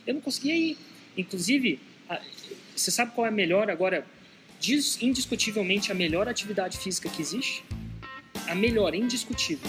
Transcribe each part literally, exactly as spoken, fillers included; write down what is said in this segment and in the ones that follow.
Eu não conseguia ir. Inclusive, a, você sabe qual é a melhor agora, diz, indiscutivelmente a melhor atividade física que existe? A melhor, indiscutível.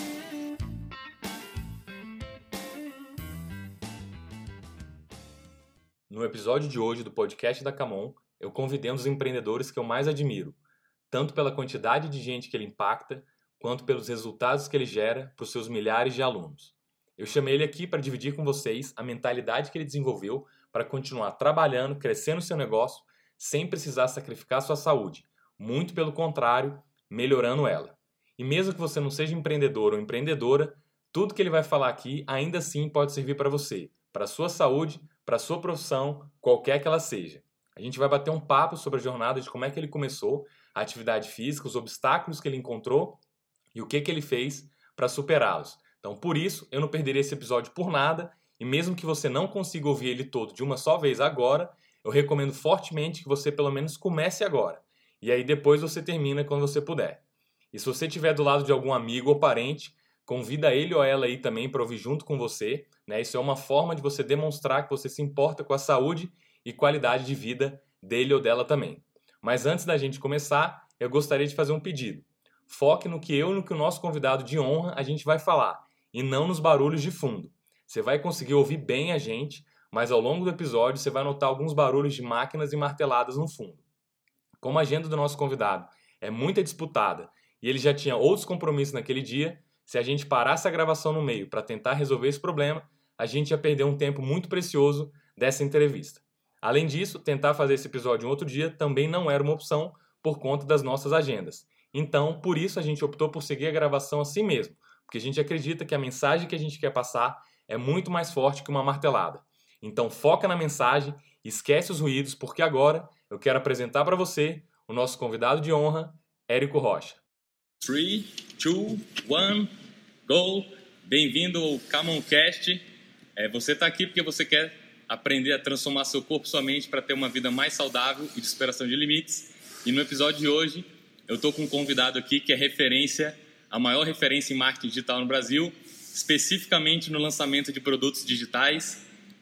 No episódio de hoje do podcast da Camon, eu convidei um dos empreendedores que eu mais admiro, tanto pela quantidade de gente que ele impacta, quanto pelos resultados que ele gera para os seus milhares de alunos. Eu chamei ele aqui para dividir com vocês a mentalidade que ele desenvolveu para continuar trabalhando, crescendo seu negócio, sem precisar sacrificar sua saúde. Muito pelo contrário, melhorando ela. E mesmo que você não seja empreendedor ou empreendedora, tudo que ele vai falar aqui ainda assim pode servir para você, para a sua saúde, para a sua profissão, qualquer que ela seja. A gente vai bater um papo sobre a jornada de como é que ele começou, a atividade física, os obstáculos que ele encontrou e o que, que ele fez para superá-los. Então, por isso, eu não perderia esse episódio por nada, e mesmo que você não consiga ouvir ele todo de uma só vez agora, eu recomendo fortemente que você pelo menos comece agora. E aí depois você termina quando você puder. E se você estiver do lado de algum amigo ou parente, convida ele ou ela aí também para ouvir junto com você. Né? Isso é uma forma de você demonstrar que você se importa com a saúde e qualidade de vida dele ou dela também. Mas antes da gente começar, eu gostaria de fazer um pedido. Foque no que eu e no que o nosso convidado de honra a gente vai falar, e não nos barulhos de fundo. Você vai conseguir ouvir bem a gente, mas ao longo do episódio você vai notar alguns barulhos de máquinas e marteladas no fundo. Como a agenda do nosso convidado é muito disputada e ele já tinha outros compromissos naquele dia, se a gente parasse a gravação no meio para tentar resolver esse problema, a gente ia perder um tempo muito precioso dessa entrevista. Além disso, tentar fazer esse episódio em outro dia também não era uma opção por conta das nossas agendas. Então, por isso a gente optou por seguir a gravação assim mesmo, porque a gente acredita que a mensagem que a gente quer passar é muito mais forte que uma martelada. Então foca na mensagem, esquece os ruídos, porque agora eu quero apresentar para você o nosso convidado de honra, Érico Rocha. três, dois, um, go! Bem-vindo ao Camoncast. É, você está aqui porque você quer aprender a transformar seu corpo e sua mente para ter uma vida mais saudável e de superação de limites. E no episódio de hoje, eu estou com um convidado aqui que é referência, a maior referência em marketing digital no Brasil, especificamente no lançamento de produtos digitais.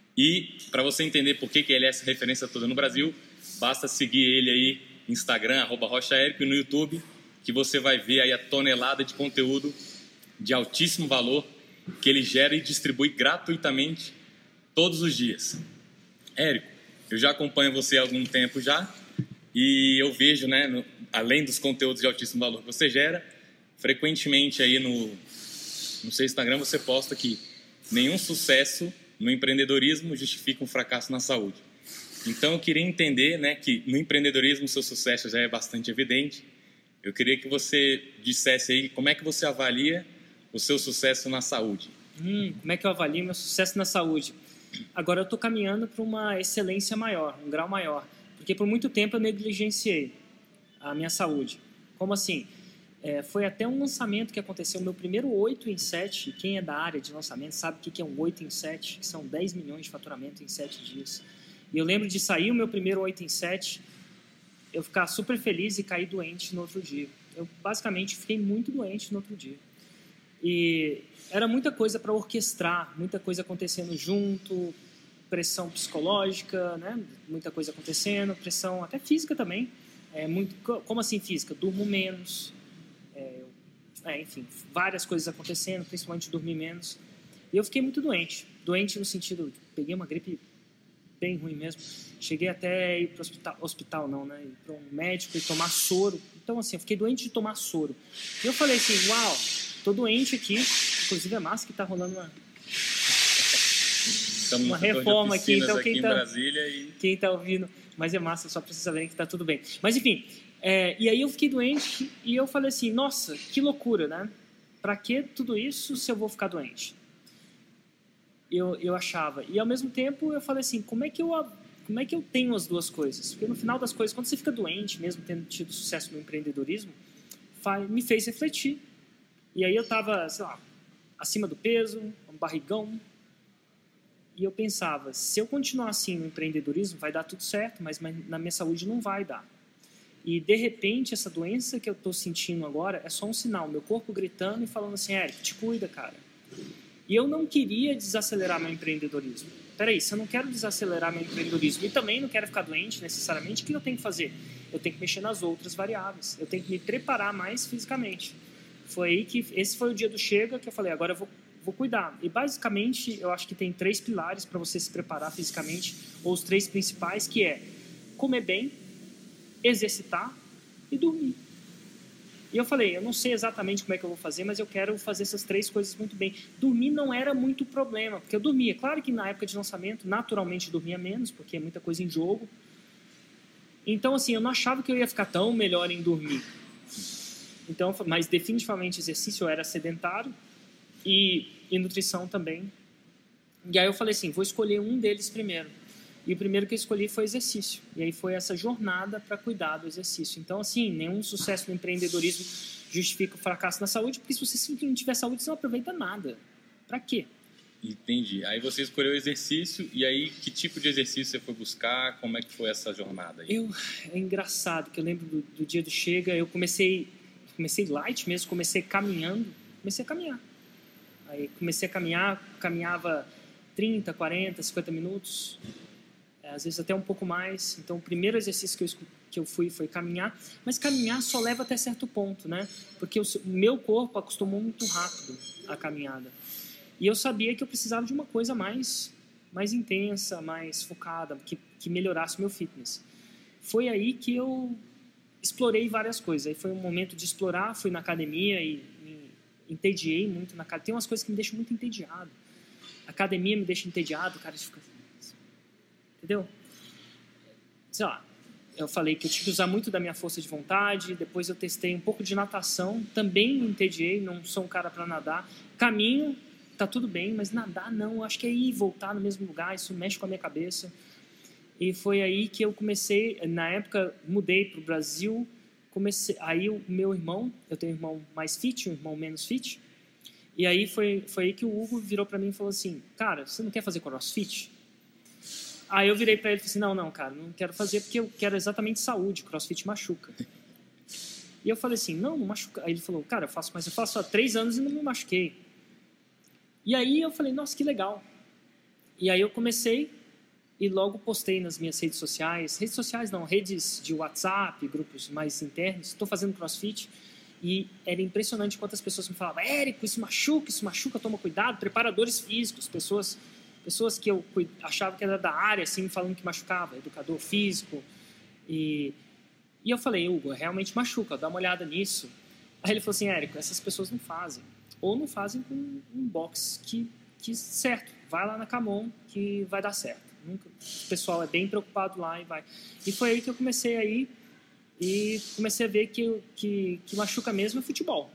E para você entender por que, que ele é essa referência toda no Brasil, basta seguir ele aí no Instagram, arroba rochaérico, e no YouTube, que você vai ver aí a tonelada de conteúdo de altíssimo valor que ele gera e distribui gratuitamente todos os dias. Érico, eu já acompanho você há algum tempo já, e eu vejo, né, no, além dos conteúdos de altíssimo valor que você gera, frequentemente aí no, no seu Instagram você posta que nenhum sucesso no empreendedorismo justifica um fracasso na saúde. Então eu queria entender, né, que no empreendedorismo o seu sucesso já é bastante evidente. Eu queria que você dissesse aí como é que você avalia o seu sucesso na saúde. Hum, como é que eu avalio meu sucesso na saúde? Agora eu estou caminhando para uma excelência maior, um grau maior, porque por muito tempo eu negligenciei a minha saúde. Como assim? É, foi até um lançamento que aconteceu, meu primeiro oito em sete, quem é da área de lançamento sabe o que é um oito em sete, que são dez milhões de faturamento em sete dias. E eu lembro de sair o meu primeiro oito em sete, eu ficar super feliz e cair doente no outro dia. Eu basicamente fiquei muito doente no outro dia. E era muita coisa para orquestrar, muita coisa acontecendo junto, pressão psicológica, né? Muita coisa acontecendo, pressão até física também. É muito, como assim física? Durmo menos, é, é, enfim, várias coisas acontecendo, principalmente dormir menos. E eu fiquei muito doente, doente no sentido, peguei uma gripe bem ruim mesmo. Cheguei até ir para o hospital, hospital não, né? Ir para um médico e tomar soro. Então assim, eu fiquei doente de tomar soro. E eu falei assim, uau, tô doente aqui, inclusive a massa que tá rolando uma, uma reforma aqui, então quem tá, e... quem tá ouvindo, mas é massa, só pra vocês saberem que tá tudo bem. Mas enfim, é, e aí eu fiquei doente e eu falei assim, nossa, que loucura, né? Pra que tudo isso se eu vou ficar doente? Eu, eu achava. E ao mesmo tempo eu falei assim, como é que eu, como é que eu tenho as duas coisas? Porque no final das coisas, quando você fica doente, mesmo tendo tido sucesso no empreendedorismo, faz, me fez refletir. E aí eu estava, sei lá, acima do peso, um barrigão. E eu pensava, se eu continuar assim no empreendedorismo, vai dar tudo certo, mas na minha saúde não vai dar. E, de repente, essa doença que eu estou sentindo agora é só um sinal. Meu corpo gritando e falando assim, Érico, te cuida, cara. E eu não queria desacelerar meu empreendedorismo. Peraí, se eu não quero desacelerar meu empreendedorismo e também não quero ficar doente necessariamente, o que eu tenho que fazer? Eu tenho que mexer nas outras variáveis. Eu tenho que me preparar mais fisicamente. Foi aí que, esse foi o dia do chega que eu falei, agora eu vou, vou cuidar. E basicamente, eu acho que tem três pilares para você se preparar fisicamente, ou os três principais, que é comer bem, exercitar e dormir. E eu falei, eu não sei exatamente como é que eu vou fazer, mas eu quero fazer essas três coisas muito bem. Dormir não era muito problema, porque eu dormia. Claro que na época de lançamento, naturalmente dormia menos, porque é muita coisa em jogo. Então, assim, eu não achava que eu ia ficar tão melhor em dormir. Então, mas definitivamente exercício eu era sedentário e, e nutrição também. E aí eu falei assim, vou escolher um deles primeiro. E o primeiro que eu escolhi foi exercício. E aí foi essa jornada para cuidar do exercício. Então, assim, nenhum sucesso no empreendedorismo justifica o fracasso na saúde, porque se você não tiver saúde, você não aproveita nada. Para quê? Entendi. Aí você escolheu o exercício, e aí que tipo de exercício você foi buscar? Como é que foi essa jornada aí? Eu, é engraçado, que eu lembro do, do dia do Chega, eu comecei, comecei light mesmo, comecei caminhando, comecei a caminhar. Aí comecei a caminhar, caminhava trinta, quarenta, cinquenta minutos, às vezes até um pouco mais. Então, o primeiro exercício que eu, que eu fui foi caminhar. Mas caminhar só leva até certo ponto, né? Porque o meu corpo acostumou muito rápido à caminhada. E eu sabia que eu precisava de uma coisa mais, mais intensa, mais focada, que, que melhorasse o meu fitness. Foi aí que eu explorei várias coisas. Aí foi um momento de explorar, fui na academia e me entediei muito na academia. Tem umas coisas que me deixam muito entediado. A academia me deixa entediado, o cara fica... Entendeu? Sei lá, eu falei que eu tinha que usar muito da minha força de vontade, depois eu testei um pouco de natação, também me entediei, não sou um cara para nadar. Caminho, tá tudo bem, mas nadar não, acho que é ir e voltar no mesmo lugar, isso mexe com a minha cabeça. E foi aí que eu comecei, na época mudei para o Brasil, comecei, aí o meu irmão, eu tenho um irmão mais fit, um irmão menos fit, e aí foi, foi aí que o Hugo virou para mim e falou assim, cara, você não quer fazer crossfit? Aí eu virei pra ele e falei assim, não, não, cara, não quero fazer porque eu quero exatamente saúde, crossfit machuca. E eu falei assim, não, não machuca. Aí ele falou, cara, eu faço, mas eu faço há três anos e não me machuquei. E aí eu falei, nossa, que legal. E aí eu comecei e logo postei nas minhas redes sociais, redes sociais não, redes de WhatsApp, grupos mais internos, estou fazendo crossfit. E era impressionante quantas pessoas me falavam, Érico, isso machuca, isso machuca, toma cuidado, preparadores físicos, pessoas... Pessoas que eu achava que era da área, assim, falando que machucava, educador físico. E, e eu falei, Hugo, realmente machuca, dá uma olhada nisso. Aí ele falou assim, Érico, essas pessoas não fazem. Ou não fazem com um box que, que certo, vai lá na Camon que vai dar certo. Nunca, o pessoal é bem preocupado lá e vai. E foi aí que eu comecei aí e comecei a ver que, que, que machuca mesmo é futebol.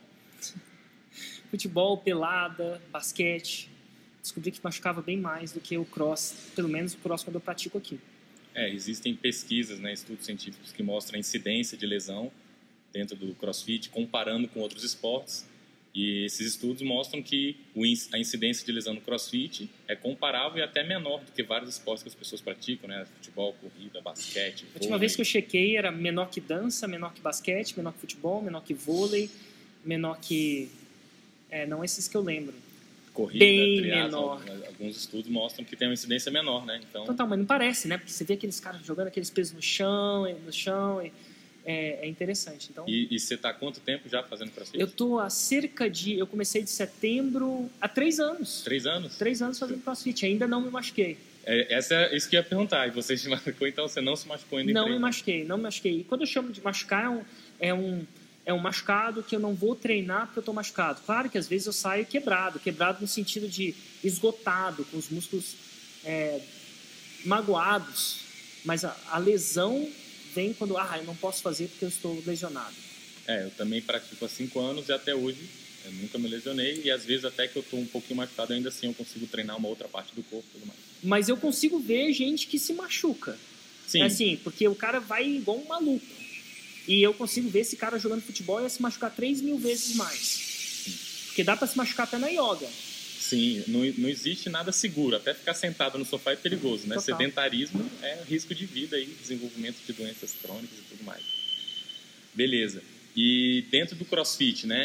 Futebol, pelada, basquete... Descobri que machucava bem mais do que o cross, pelo menos o cross quando eu pratico aqui. É, existem pesquisas, né, estudos científicos que mostram a incidência de lesão dentro do crossfit, comparando com outros esportes. E esses estudos mostram que a incidência de lesão no crossfit é comparável e até menor do que vários esportes que as pessoas praticam, né? Futebol, corrida, basquete, vôlei. A última vez que eu chequei era menor que dança, menor que basquete, menor que futebol, menor que vôlei, menor que... É, não esses que eu lembro. Corrida, bem triatlon, menor. Alguns estudos mostram que tem uma incidência menor, né? Então, então tá, mas não parece, né? Porque você vê aqueles caras jogando aqueles pesos no chão, no chão, e é, é interessante. Então, e, e você tá há quanto tempo já fazendo crossfit? Eu tô há cerca de... Eu comecei de setembro... Há três anos. Três anos? Três anos fazendo crossfit. Ainda não me machuquei. É, essa é isso que eu ia perguntar. E você se machucou, então você não se machucou ainda? Não me machuquei, não me machuquei. E quando eu chamo de machucar, é um... É um É um machucado que eu não vou treinar porque eu estou machucado. Claro que às vezes eu saio quebrado. Quebrado no sentido de esgotado, com os músculos é, magoados. Mas a, a lesão vem quando... Ah, eu não posso fazer porque eu estou lesionado. É, eu também pratico há cinco anos e até hoje eu nunca me lesionei. E às vezes até que eu estou um pouquinho machucado, ainda assim eu consigo treinar uma outra parte do corpo e tudo mais. Mas eu consigo ver gente que se machuca. Sim. É assim, porque o cara vai igual um maluco. E eu consigo ver esse cara jogando futebol e ia se machucar três mil vezes mais. Sim. Porque dá para se machucar até na yoga. Sim, não, não existe nada seguro. Até ficar sentado no sofá é perigoso, né? Total. Sedentarismo é risco de vida e desenvolvimento de doenças crônicas e tudo mais. Beleza. E dentro do crossfit, né?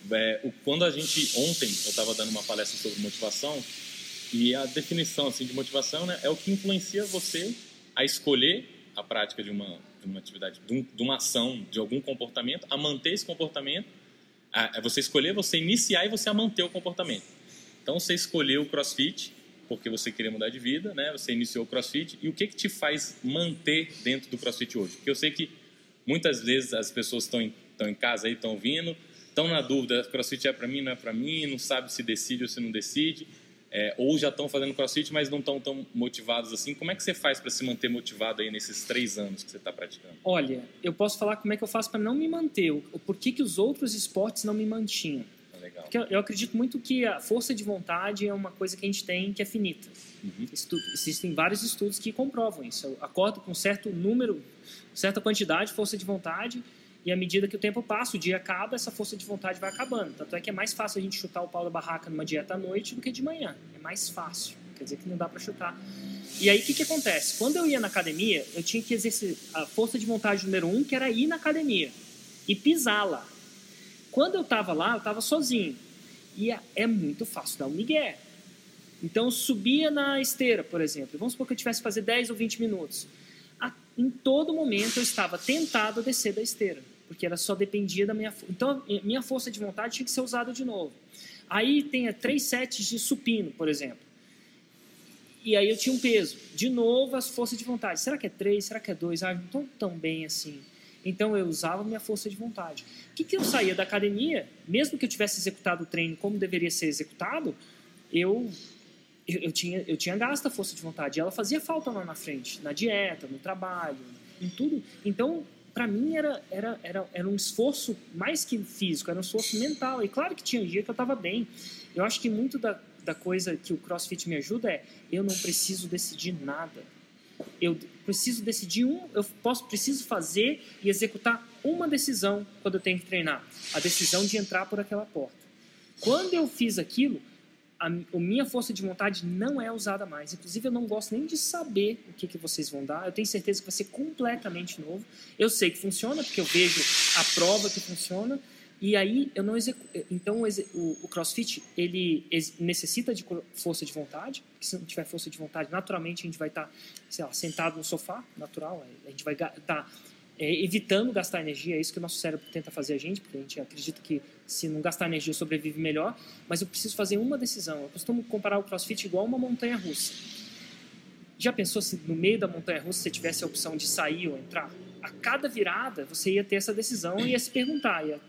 É, o, quando a gente, ontem, eu estava dando uma palestra sobre motivação, e a definição assim, de motivação, né, é o que influencia você a escolher a prática de uma, de uma atividade, de, um, de uma ação, de algum comportamento, a manter esse comportamento, a, é você escolher, você iniciar e você a manter o comportamento. Então, você escolheu o CrossFit porque você queria mudar de vida, né? Você iniciou o CrossFit, e o que, que te faz manter dentro do CrossFit hoje? Porque eu sei que muitas vezes as pessoas estão em, estão em casa aí, estão ouvindo, estão na dúvida, CrossFit é para mim, não é para mim, não sabe se decide ou se não decide, é, ou já estão fazendo CrossFit, mas não estão tão motivados assim. Como é que você faz para se manter motivado aí nesses três anos que você está praticando? Olha, eu posso falar como é que eu faço para não me manter, o porquê que os outros esportes não me mantinham. Legal. Porque eu, eu acredito muito que a força de vontade é uma coisa que a gente tem que é finita. Uhum. Estudo, existem vários estudos que comprovam isso. Eu acordo com um certo número, certa quantidade de força de vontade, e à medida que o tempo passa, o dia acaba, essa força de vontade vai acabando. Tanto é que é mais fácil a gente chutar o pau da barraca numa dieta à noite do que de manhã. É mais fácil. Quer dizer que não dá para chutar. E aí o que, que acontece? Quando eu ia na academia, eu tinha que exercer a força de vontade número um, que era ir na academia e pisar lá. Quando eu estava lá, eu estava sozinho. E é muito fácil dar um migué. Então, eu subia na esteira, por exemplo. Vamos supor que eu tivesse que fazer dez ou vinte minutos. Em todo momento, eu estava tentado a descer da esteira. Porque ela só dependia da minha... Então, minha força de vontade tinha que ser usada de novo. Aí, tem três sets de supino, por exemplo. E aí, eu tinha um peso. De novo, as forças de vontade. Será que é três? Será que é dois? Ah, não estou tão bem assim. Então, eu usava minha força de vontade. O que, que eu saía da academia, mesmo que eu tivesse executado o treino como deveria ser executado, eu, eu, eu, tinha, eu tinha gasto a força de vontade. E ela fazia falta lá na frente, na dieta, no trabalho, em tudo. Então, para mim, era, era, era, era um esforço mais que físico, era um esforço mental. E claro que tinha um dia que eu estava bem. Eu acho que muito da, da coisa que o CrossFit me ajuda é eu não preciso decidir nada. Eu preciso decidir um, eu posso, preciso fazer e executar uma decisão quando eu tenho que treinar. A decisão de entrar por aquela porta. Quando eu fiz aquilo, a, a minha força de vontade não é usada mais. Inclusive, eu não gosto nem de saber o que, que vocês vão dar. Eu tenho certeza que vai ser completamente novo. Eu sei que funciona, porque eu vejo a prova que funciona. E aí, eu não executo. Então, o, o CrossFit, ele necessita de força de vontade. Porque se não tiver força de vontade, naturalmente, a gente vai estar, sei lá, sentado no sofá, natural. A gente vai estar é, evitando gastar energia. É isso que o nosso cérebro tenta fazer a gente, porque a gente acredita que se não gastar energia, sobrevive melhor. Mas eu preciso fazer uma decisão. Eu costumo comparar o CrossFit igual uma montanha-russa. Já pensou se no meio da montanha-russa você tivesse a opção de sair ou entrar? A cada virada, você ia ter essa decisão e ia se perguntar, ia...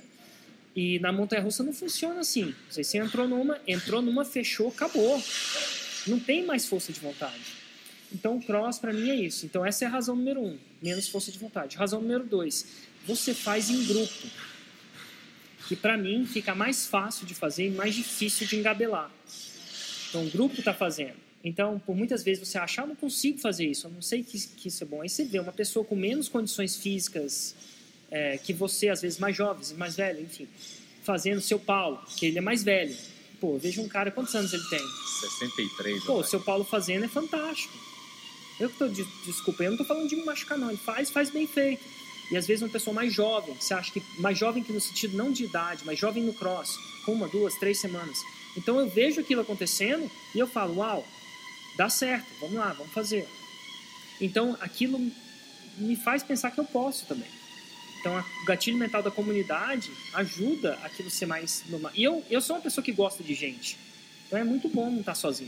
E na montanha-russa não funciona assim. Você entrou numa, entrou numa, fechou, acabou. Não tem mais força de vontade. Então, o cross, para mim, é isso. Então, essa é a razão número um. Menos força de vontade. Razão número dois. Você faz em grupo. Que, para mim, fica mais fácil de fazer e mais difícil de engabelar. Então, o grupo está fazendo. Então, por muitas vezes, você acha, ah, eu não consigo fazer isso, eu não sei que, que isso é bom. Aí você vê uma pessoa com menos condições físicas... É, que você, às vezes, mais jovem, mais velho, enfim, fazendo seu Paulo, que ele é mais velho. Pô, veja um cara, quantos anos ele tem? sessenta e três. Pô, o seu Paulo fazendo é fantástico. Eu que tô, de, desculpa, eu não tô falando de me machucar, não. Ele faz, faz bem feito. E, às vezes, uma pessoa mais jovem, você acha que mais jovem que no sentido não de idade, mas jovem no cross, com uma, duas, três semanas. Então, eu vejo aquilo acontecendo e eu falo, uau, dá certo, vamos lá, vamos fazer. Então, aquilo me faz pensar que eu posso também. Então, o gatilho mental da comunidade ajuda aquilo ser mais normal. E eu, eu sou uma pessoa que gosta de gente. Então, é muito bom não estar sozinho.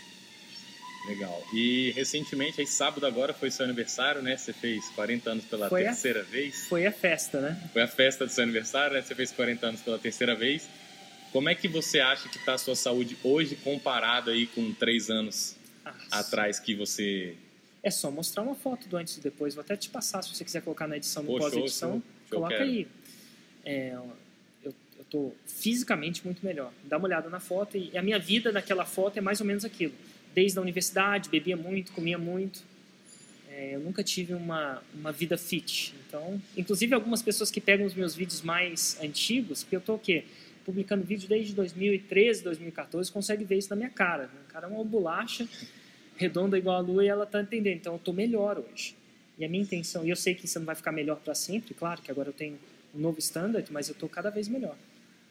Legal. E, recentemente, aí, sábado agora, foi seu aniversário, né? Você fez quarenta anos pela foi terceira a, vez. Foi a festa, né? Foi a festa do seu aniversário, né? Você fez quarenta anos pela terceira vez. Como é que você acha que está a sua saúde hoje comparado aí com três anos Nossa. atrás que você... É só mostrar uma foto do antes e depois. Vou até te passar, se você quiser colocar na edição, no Pô, pós-edição. Show, show. Coloca aí. É, eu estou fisicamente muito melhor. Dá uma olhada na foto. E a minha vida naquela foto é mais ou menos aquilo. Desde a universidade, bebia muito, comia muito. É, eu nunca tive uma, uma vida fit. Então, inclusive, algumas pessoas que pegam os meus vídeos mais antigos, porque eu estou o quê? Publicando vídeo desde dois mil e treze, dois mil e quatorze, consegue ver isso na minha cara. Né? O cara é uma bolacha... redonda igual a lua e ela está entendendo. Então, eu estou melhor hoje. E a minha intenção, e eu sei que isso não vai ficar melhor para sempre, claro que agora eu tenho um novo standard, mas eu estou cada vez melhor.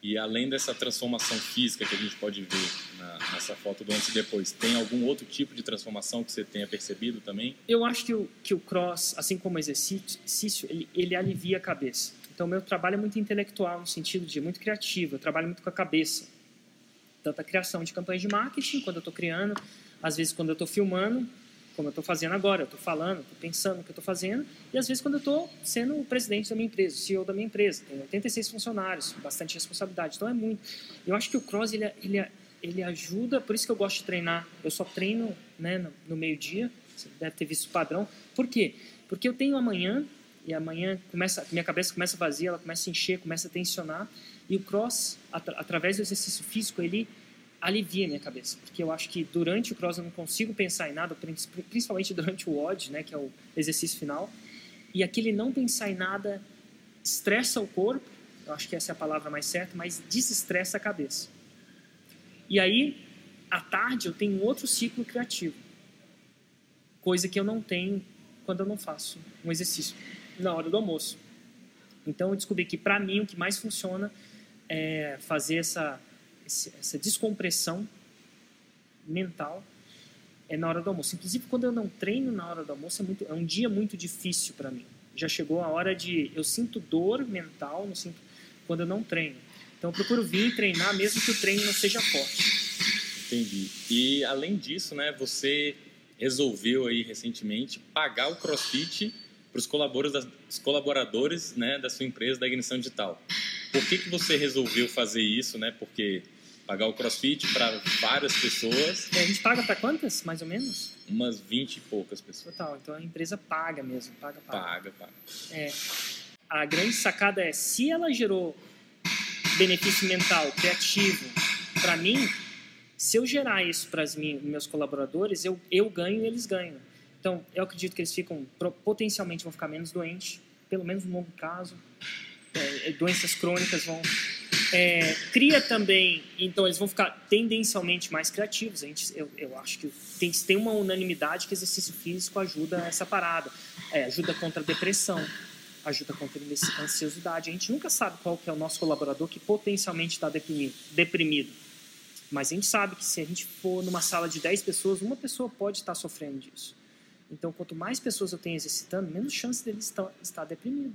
E além dessa transformação física que a gente pode ver na, nessa foto do antes e depois, tem algum outro tipo de transformação que você tenha percebido também? Eu acho que o, que o cross, assim como o exercício, ele, ele alivia a cabeça. Então, meu trabalho é muito intelectual, no sentido de muito criativo. Eu trabalho muito com a cabeça. Tanto a criação de campanhas de marketing, quando eu estou criando, às vezes quando eu estou filmando, como eu estou fazendo agora, eu estou falando, estou pensando no que eu estou fazendo, e às vezes quando eu estou sendo o presidente da minha empresa, o C E O da minha empresa, tenho oitenta e seis funcionários, bastante responsabilidade, então é muito. Eu acho que o cross, ele, ele, ele ajuda, por isso que eu gosto de treinar, eu só treino, né, no, no meio-dia, você deve ter visto o padrão. Por quê? Porque eu tenho amanhã, e amanhã começa, minha cabeça começa vazia, ela começa a encher, começa a tensionar, e o cross, atra, através do exercício físico, ele alivia minha cabeça, porque eu acho que durante o cross eu não consigo pensar em nada, principalmente durante o W O D, né, que é o exercício final, e aquele não pensar em nada estressa o corpo, eu acho que essa é a palavra mais certa, mas desestressa a cabeça. E aí, à tarde, eu tenho um outro ciclo criativo, coisa que eu não tenho quando eu não faço um exercício na hora do almoço. Então, eu descobri que, para mim, o que mais funciona é fazer essa essa descompressão mental é na hora do almoço. Inclusive, quando eu não treino na hora do almoço, é, muito, é um dia muito difícil para mim. Já chegou a hora de... Eu sinto dor mental eu sinto, quando eu não treino. Então, eu procuro vir treinar, mesmo que o treino não seja forte. Entendi. E, além disso, né, você resolveu aí, recentemente, pagar o CrossFit para os colaboradores, colaboradores né, da sua empresa, da Ignição Digital. Por que, que você resolveu fazer isso, né? Porque pagar o CrossFit para várias pessoas... É, a gente paga para quantas, mais ou menos? Umas vinte e poucas pessoas. Total, então a empresa paga mesmo, paga, paga. Paga, paga. É, a grande sacada é, se ela gerou benefício mental, criativo, para mim, se eu gerar isso para os meus colaboradores, eu, eu ganho e eles ganham. Então, eu acredito que eles ficam, potencialmente vão ficar menos doentes, pelo menos no longo prazo. É, doenças crônicas vão... É, cria também, então eles vão ficar tendencialmente mais criativos. A gente, eu, eu acho que tem, tem uma unanimidade que exercício físico ajuda essa parada, é, ajuda contra a depressão, ajuda contra a ansiosidade. A gente nunca sabe qual que é o nosso colaborador que potencialmente está deprimido, deprimido, mas a gente sabe que se a gente for numa sala de dez pessoas, uma pessoa pode estar sofrendo disso. Então, quanto mais pessoas eu tenho exercitando, menos chance dele estar, estar deprimido.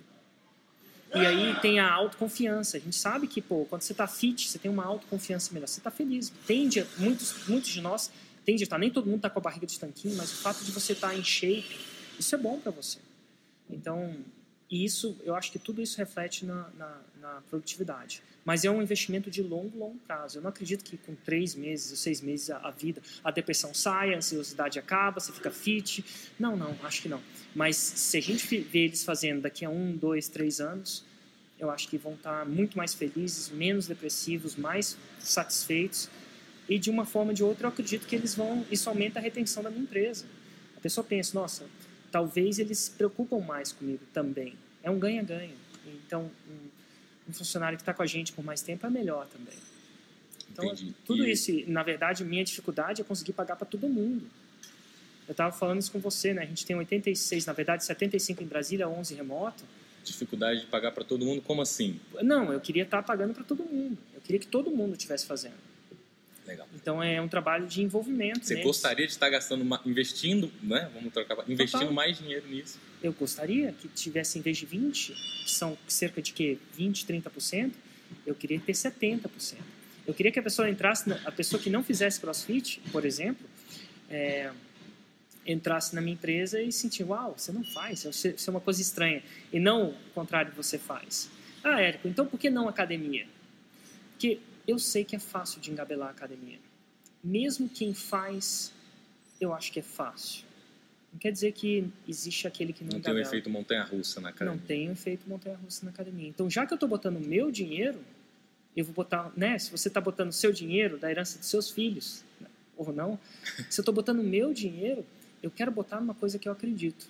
E aí tem a autoconfiança. A gente sabe que, pô, quando você está fit, você tem uma autoconfiança melhor. Você está feliz. Tende, muitos, muitos de nós tende a estar. Nem todo mundo está com a barriga de tanquinho, mas o fato de você estar tá em shape, isso é bom para você. Então, e isso, eu acho que tudo isso reflete na, na, na produtividade. Mas é um investimento de longo, longo prazo. Eu não acredito que com três meses ou seis meses a, a vida, a depressão sai, a ansiosidade acaba, você fica fit. Não, não, acho que não. Mas se a gente vê eles fazendo daqui a um, dois, três anos, eu acho que vão estar muito mais felizes, menos depressivos, mais satisfeitos. E de uma forma ou de outra, eu acredito que eles vão... Isso aumenta a retenção da minha empresa. A pessoa pensa, nossa, talvez eles se preocupam mais comigo também. É um ganha-ganha. Então, um, um funcionário que está com a gente por mais tempo é melhor também. Então, Entendi. tudo e... isso, na verdade, minha dificuldade é conseguir pagar para todo mundo. Eu estava falando isso com você, né? A gente tem oitenta e seis, na verdade, setenta e cinco em Brasília, onze remoto. Dificuldade de pagar para todo mundo? Como assim? Não, eu queria estar pagando para todo mundo. Eu queria que todo mundo estivesse fazendo. Legal. Então é um trabalho de envolvimento. Você neles. gostaria de estar gastando, investindo, né? Vamos trocar, investindo Total. mais dinheiro nisso? Eu gostaria que tivesse, em vez de vinte, que são cerca de quê? vinte, trinta por cento, eu queria ter setenta por cento. Eu queria que a pessoa entrasse, a pessoa que não fizesse CrossFit, por exemplo, é, entrasse na minha empresa e sentir, uau, você não faz, isso é uma coisa estranha. E não o contrário, você faz. Ah, Érico, então por que não academia? Porque eu sei que é fácil de engabelar a academia. Mesmo quem faz, eu acho que é fácil. Não quer dizer que existe aquele que não engabela. Não tem um efeito montanha-russa na academia. Não tem um efeito montanha-russa na academia. Então, já que eu estou botando o meu dinheiro, eu vou botar, né? Se você está botando o seu dinheiro da herança dos seus filhos, ou não, se eu estou botando o meu dinheiro, eu quero botar numa coisa que eu acredito.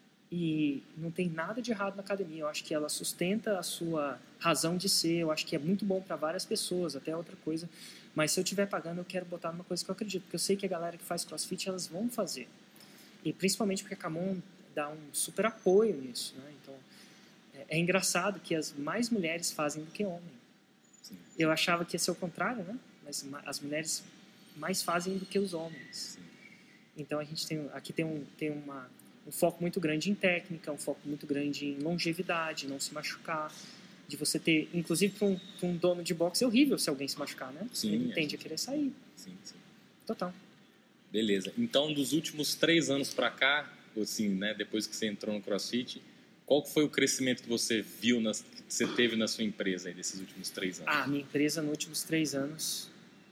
E não tem nada de errado na academia. Eu acho que ela sustenta a sua razão de ser. Eu acho que é muito bom para várias pessoas, até outra coisa. Mas se eu estiver pagando, eu quero botar numa coisa que eu acredito. Porque eu sei que a galera que faz CrossFit, elas vão fazer. E principalmente porque a Camon dá um super apoio nisso, né? Então, é, é engraçado que as mais mulheres fazem do que homens. Sim. Eu achava que ia ser o contrário, né? Mas as mulheres mais fazem do que os homens. Sim. Então a gente tem aqui tem um tem uma um foco muito grande em técnica, um foco muito grande em longevidade, não se machucar, de você ter, inclusive para um, um dono de boxe é horrível se alguém se machucar, né? Sim, ele tende a querer sair. Sim, sim. Total. Beleza. Então, dos últimos três anos para cá, assim, né, depois que você entrou no CrossFit, qual foi o crescimento que você viu, nas, que você teve na sua empresa aí desses últimos três anos? Ah, minha empresa nos últimos três anos,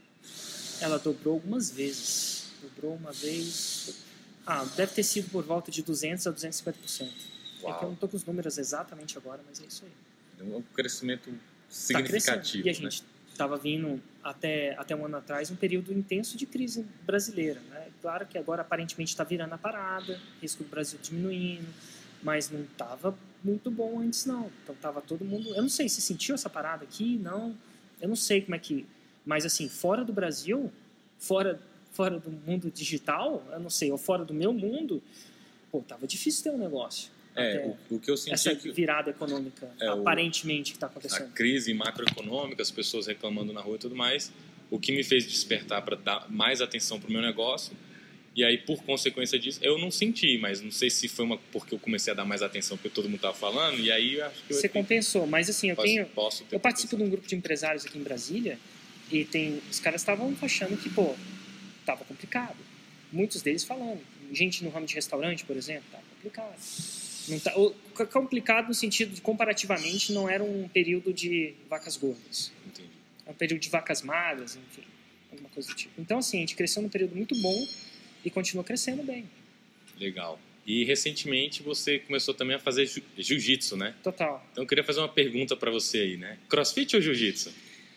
ela dobrou algumas vezes. Dobrou uma vez... Ah, deve ter sido por volta de duzentos a duzentos e cinquenta por cento. É que eu não estou com os números exatamente agora, mas é isso aí. É um crescimento significativo. Tá, e a gente estava, né, vindo até, até um ano atrás um período intenso de crise brasileira, né? Claro que agora aparentemente está virando a parada, risco do Brasil diminuindo, mas não estava muito bom antes não. Então estava todo mundo... Eu não sei se sentiu essa parada aqui, não. Eu não sei como é que... Mas assim, fora do Brasil, fora... fora do mundo digital, eu não sei, ou fora do meu mundo, pô, tava difícil ter um negócio. É, o, o que eu senti... Essa que, virada econômica, é, aparentemente, que está acontecendo. A crise macroeconômica, as pessoas reclamando na rua e tudo mais, o que me fez despertar para dar mais atenção para o meu negócio, e aí, por consequência disso, eu não senti, mas não sei se foi uma, porque eu comecei a dar mais atenção porque todo mundo estava falando, e aí eu acho que... Eu Você compensou, mas assim, eu posso, tenho... Posso eu participo de um grupo de empresários aqui em Brasília, e tem, os caras estavam achando que, pô, estava complicado. Muitos deles falando. Gente no ramo de restaurante, por exemplo, estava complicado. Não tá, complicado no sentido de, comparativamente, não era um período de vacas gordas. Entendi. É um período de vacas magras, enfim, alguma coisa do tipo. Então, assim, a gente cresceu num período muito bom e continua crescendo bem. Legal. E, recentemente, você começou também a fazer jiu-jitsu, né? Total. Então, eu queria fazer uma pergunta para você aí, né? CrossFit ou jiu-jitsu?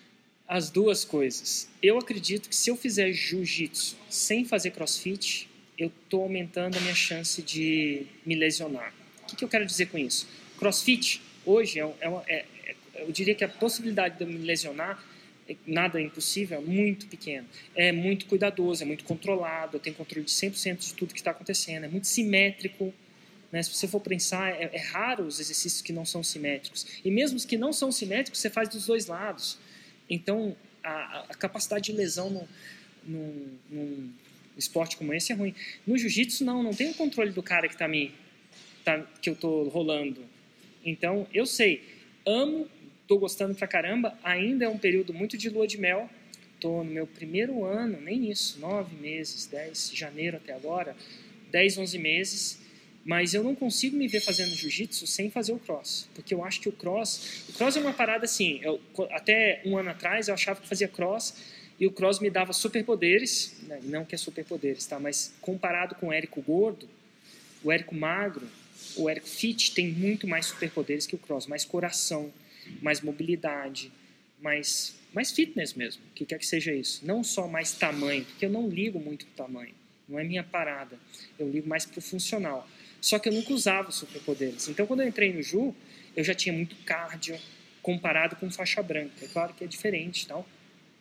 As duas coisas. Eu acredito que se eu fizer jiu-jitsu sem fazer crossfit, eu estou aumentando a minha chance de me lesionar. O que, que eu quero dizer com isso? Crossfit, hoje, é, uma, é, é, eu diria que a possibilidade de eu me lesionar, nada é impossível, é muito pequeno. É muito cuidadoso, é muito controlado, eu tenho controle de cem por cento de tudo que está acontecendo, é muito simétrico. Né? Se você for pensar, é, é raro os exercícios que não são simétricos. E mesmo os que não são simétricos, você faz dos dois lados. Então, a, a capacidade de lesão num, num, num esporte como esse é ruim. No jiu-jitsu, não, não tem o controle do cara que, tá me, tá, que eu estou rolando. Então, eu sei, amo, estou gostando pra caramba, ainda é um período muito de lua de mel. Estou no meu primeiro ano, nem isso, nove meses, dez, janeiro até agora, dez, onze meses, mas eu não consigo me ver fazendo jiu-jitsu sem fazer o cross, porque eu acho que o cross... O cross é uma parada assim, eu, até um ano atrás eu achava que fazia cross e o cross me dava superpoderes, não que é superpoderes, tá? Mas comparado com o Érico gordo, o Érico magro, o Érico fit tem muito mais superpoderes que o cross, mais coração, mais mobilidade, mais, mais fitness mesmo, o que quer que seja isso. Não só mais tamanho, porque eu não ligo muito pro tamanho, não é minha parada, eu ligo mais pro funcional. Só que eu nunca usava os superpoderes. Então, quando eu entrei no Ju, eu já tinha muito cardio comparado com faixa branca. É claro que é diferente e tal.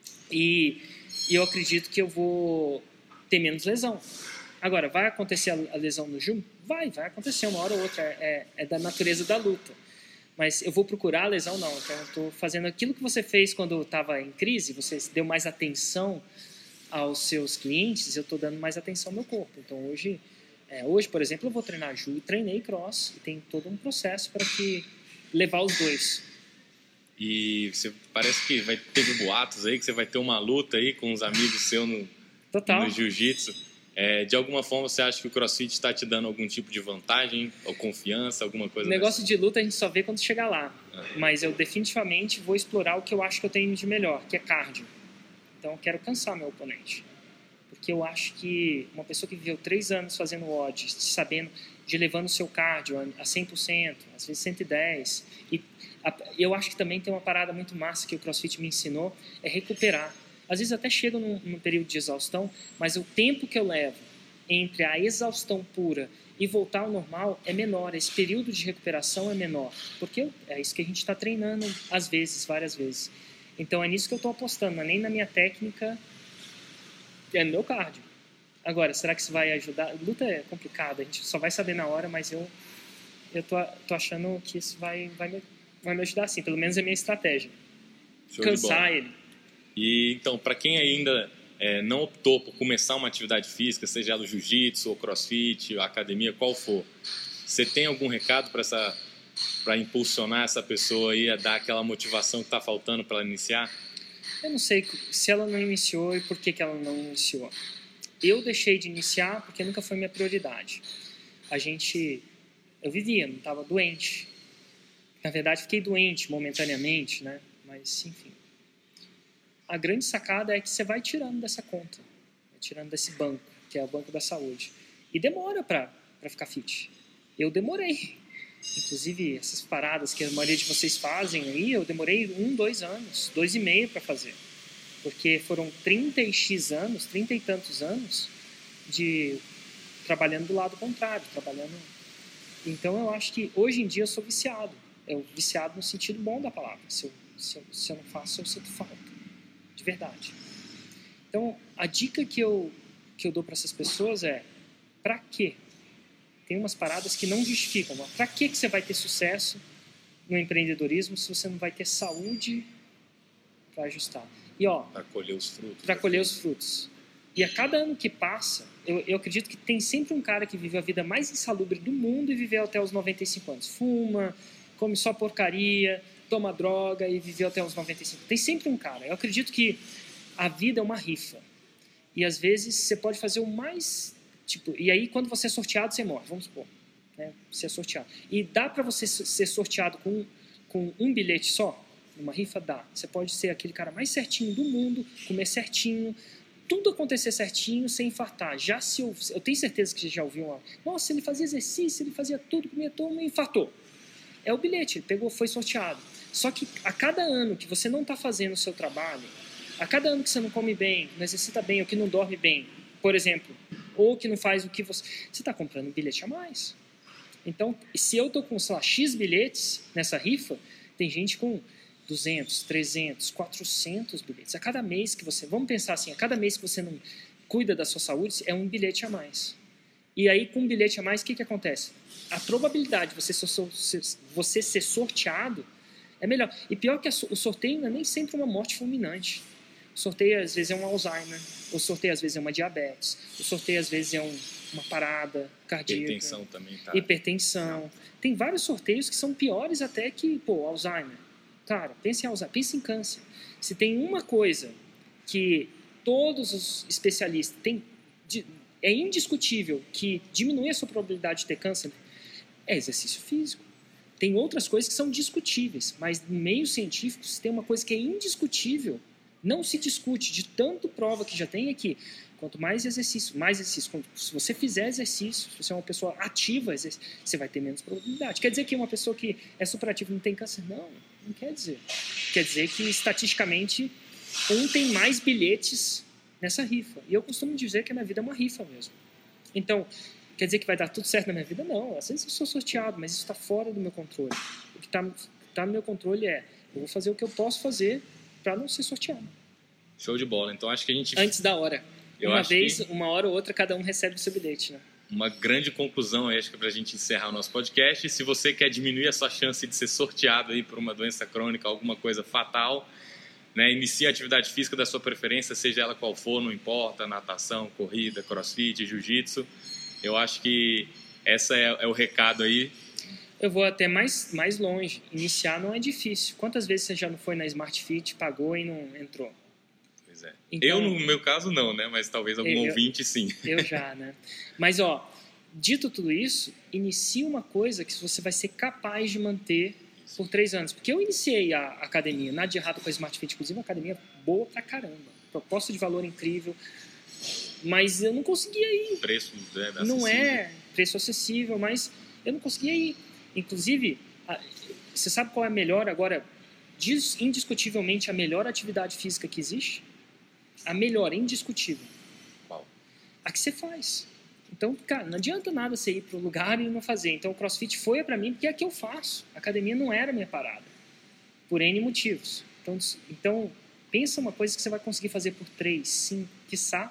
E, e eu acredito que eu vou ter menos lesão. Agora, vai acontecer a lesão no Ju? Vai, vai acontecer uma hora ou outra. É, é da natureza da luta. Mas eu vou procurar a lesão? Não. Então, eu estou fazendo aquilo que você fez quando estava em crise. Você deu mais atenção aos seus clientes. Eu estou dando mais atenção ao meu corpo. Então, hoje... É, hoje, por exemplo, eu vou treinar Ju, treinei cross e tem todo um processo para que levar os dois. E você parece que vai ter boatos aí que você vai ter uma luta aí com uns amigos seus no, no jiu-jitsu. É, de alguma forma você acha que o CrossFit está te dando algum tipo de vantagem ou confiança, alguma coisa? O negócio dessa? De luta a gente só vê quando chegar lá. Ah. Mas eu definitivamente vou explorar o que eu acho que eu tenho de melhor, que é cardio. Então eu quero cansar meu oponente. Porque eu acho que uma pessoa que viveu três anos fazendo W O D, sabendo, de levando o seu cardio a cem por cento, às vezes cento e dez por cento, e a, eu acho que também tem uma parada muito massa que o CrossFit me ensinou, é recuperar. Às vezes até chego num, num período de exaustão, mas o tempo que eu levo entre a exaustão pura e voltar ao normal é menor, esse período de recuperação é menor, porque é isso que a gente está treinando às vezes, várias vezes. Então é nisso que eu estou apostando, não é nem na minha técnica, é no meu cardio. Agora, será que isso vai ajudar? Luta é complicada, a gente só vai saber na hora, mas eu eu tô, tô achando que isso vai, vai, me, vai me ajudar sim, pelo menos é a minha estratégia. Show cansar ele. E então, para quem ainda é, não optou por começar uma atividade física, seja ela o jiu-jitsu, ou crossfit, ou academia, qual for, você tem algum recado para essa, para impulsionar essa pessoa aí a dar aquela motivação que está faltando para ela iniciar? Eu não sei se ela não iniciou e por que, que ela não iniciou. Eu deixei de iniciar porque nunca foi minha prioridade. A gente... Eu vivia, não estava doente. Na verdade, fiquei doente momentaneamente, né? Mas, enfim. A grande sacada é que você vai tirando dessa conta. Vai tirando desse banco, que é o banco da saúde. E demora para ficar fit. Eu demorei. Inclusive, essas paradas que a maioria de vocês fazem aí, eu demorei um, dois anos, dois e meio para fazer. Porque foram trinta e X anos, trinta e tantos anos, de trabalhando do lado contrário, trabalhando... Então, eu acho que hoje em dia eu sou viciado. Eu viciado no sentido bom da palavra. Se eu, se eu, se eu não faço, eu sinto falta. De verdade. Então, a dica que eu, que eu dou para essas pessoas é, para quê? Tem umas paradas que não justificam. Para que você vai ter sucesso no empreendedorismo se você não vai ter saúde para ajustar? E ó, para colher os frutos. Para colher os frutos. E a cada ano que passa, eu, eu acredito que tem sempre um cara que viveu a vida mais insalubre do mundo e viveu até os noventa e cinco anos. Fuma, come só porcaria, toma droga e viveu até os noventa e cinco. Tem sempre um cara. Eu acredito que a vida é uma rifa. E às vezes você pode fazer o mais... Tipo, e aí, quando você é sorteado, você morre, vamos supor. Né? Você é sorteado. E dá para você ser sorteado com, com um bilhete só? Numa rifa? Dá. Você pode ser aquele cara mais certinho do mundo, comer certinho, tudo acontecer certinho, sem infartar. Já se eu, eu tenho certeza que você já ouviu uma... Nossa, ele fazia exercício, ele fazia tudo, comia tudo, e infartou. É o bilhete, ele pegou, foi sorteado. Só que a cada ano que você não está fazendo o seu trabalho, a cada ano que você não come bem, não exercita bem, ou que não dorme bem, por exemplo, ou que não faz o que você... Você está comprando um bilhete a mais. Então, se eu estou com, sei lá, X bilhetes nessa rifa, tem gente com duzentos, trezentos, quatrocentos bilhetes. A cada mês que você... Vamos pensar assim, a cada mês que você não cuida da sua saúde, é um bilhete a mais. E aí, com um bilhete a mais, o que, que acontece? A probabilidade de você ser, você ser sorteado é melhor. E pior que o sorteio não é nem sempre uma morte fulminante. O sorteio, às vezes, é um Alzheimer. O sorteio, às vezes, é uma diabetes. O sorteio, às vezes, é um, uma parada cardíaca. Hipertensão também, tá? Hipertensão. Tem vários sorteios que são piores até que, pô, Alzheimer. Cara, pense em Alzheimer, pense em câncer. Se tem uma coisa que todos os especialistas têm... É indiscutível que diminui a sua probabilidade de ter câncer, é exercício físico. Tem outras coisas que são discutíveis, mas no meio científico, se tem uma coisa que é indiscutível, não se discute, de tanto prova que já tem, é que quanto mais exercício, mais exercício, se você fizer exercício, se você é uma pessoa ativa, você vai ter menos probabilidade. Quer dizer que uma pessoa que é superativa não tem câncer? Não, não quer dizer. Quer dizer que, estatisticamente, um tem mais bilhetes nessa rifa. E eu costumo dizer que a minha vida é uma rifa mesmo. Então, quer dizer que vai dar tudo certo na minha vida? Não. Às vezes eu sou sorteado, mas isso está fora do meu controle. O que está tá no meu controle é, eu vou fazer o que eu posso fazer para não ser sorteado. Show de bola. Então, acho que a gente... Antes da hora. Eu uma acho vez, que... uma hora ou outra, cada um recebe o seu bilhete, né? Uma grande conclusão, acho que é para a gente encerrar o nosso podcast. Se você quer diminuir a sua chance de ser sorteado aí por uma doença crônica, alguma coisa fatal... Né, inicie a atividade física da sua preferência, seja ela qual for, não importa, natação, corrida, crossfit, jiu-jitsu. Eu acho que essa é, é o recado aí. Eu vou até mais, mais longe. Iniciar não é difícil. Quantas vezes você já não foi na Smart Fit, pagou e não entrou? Pois é. Então, eu, no meu caso, não, né? Mas talvez algum eu, ouvinte, sim. Eu já, né? Mas, ó, dito tudo isso, inicie uma coisa que você vai ser capaz de manter por três anos. Porque eu iniciei a academia, nada de errado com a Smart Fit, inclusive uma academia boa pra caramba. Proposta de valor incrível. Mas eu não conseguia ir. Preço é, não é preço acessível, mas eu não conseguia ir. Inclusive, a, você sabe qual é a melhor agora? Diz, indiscutivelmente a melhor atividade física que existe? A melhor, indiscutível. Qual? A que você faz. Então, cara, não adianta nada você ir para o lugar e não fazer. Então, o CrossFit foi para mim porque é a que eu faço. A academia não era a minha parada. Por N motivos. Então, então, pensa uma coisa que você vai conseguir fazer por três, cinco, quiçá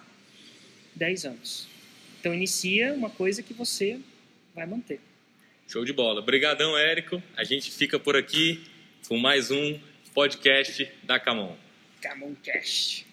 dez anos. Então, inicia uma coisa que você vai manter. Show de bola. Obrigadão, Érico. A gente fica por aqui com mais um podcast da Camon. Camoncast.